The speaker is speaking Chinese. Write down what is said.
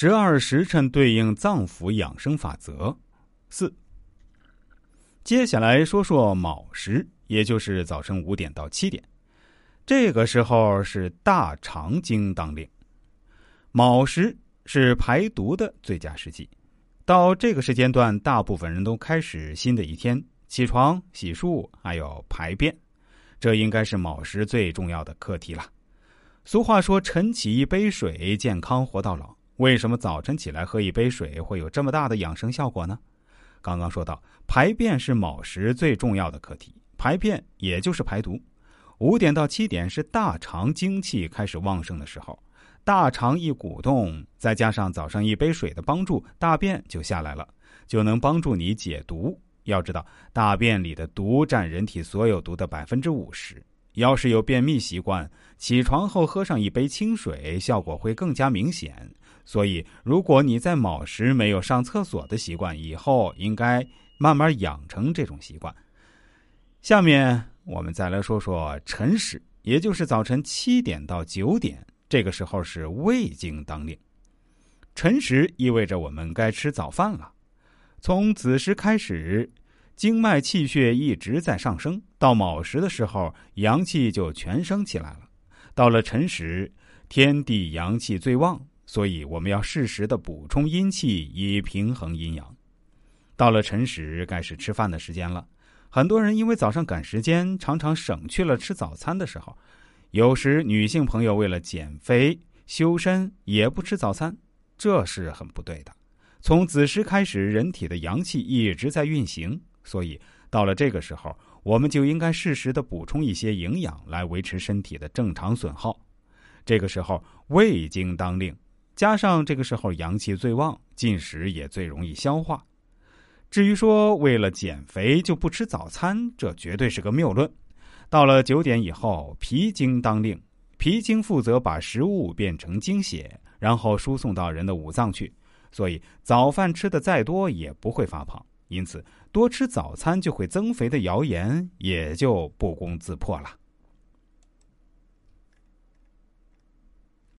12时辰对应脏腑养生法则。4，接下来说说卯时，也就是早晨5点到7点。这个时候是大肠经当令，卯时是排毒的最佳时机。到这个时间段，大部分人都开始新的一天，起床、洗漱，还有排便，这应该是卯时最重要的课题了。俗话说晨起一杯水，健康活到老。为什么早晨起来喝一杯水会有这么大的养生效果呢？刚刚说到，排便是卯时最重要的课题，排便也就是排毒。5点到7点是大肠精气开始旺盛的时候，大肠一鼓动，再加上早上一杯水的帮助，大便就下来了，就能帮助你解毒。要知道，大便里的毒占人体所有毒的 50%。要是有便秘习惯，起床后喝上一杯清水，效果会更加明显。所以，如果你在卯时没有上厕所的习惯，以后应该慢慢养成这种习惯。下面我们再来说说辰时，也就是早晨7点到9点，这个时候是胃经当令。辰时意味着我们该吃早饭了。从子时开始，经脉气血一直在上升，到卯时的时候，阳气就全升起来了。到了辰时，天地阳气最旺，所以我们要适时的补充阴气，以平衡阴阳。到了辰时，该是吃饭的时间了。很多人因为早上赶时间，常常省去了吃早餐的时候。有时女性朋友为了减肥修身也不吃早餐，这是很不对的。从子时开始，人体的阳气一直在运行，所以到了这个时候，我们就应该适时的补充一些营养来维持身体的正常损耗。这个时候胃经当令，加上这个时候阳气最旺，进食也最容易消化。至于说为了减肥就不吃早餐，这绝对是个谬论。到了9点以后，脾经当令，脾经负责把食物变成精血，然后输送到人的五脏去，所以早饭吃的再多也不会发胖，因此多吃早餐就会增肥的谣言也就不攻自破了。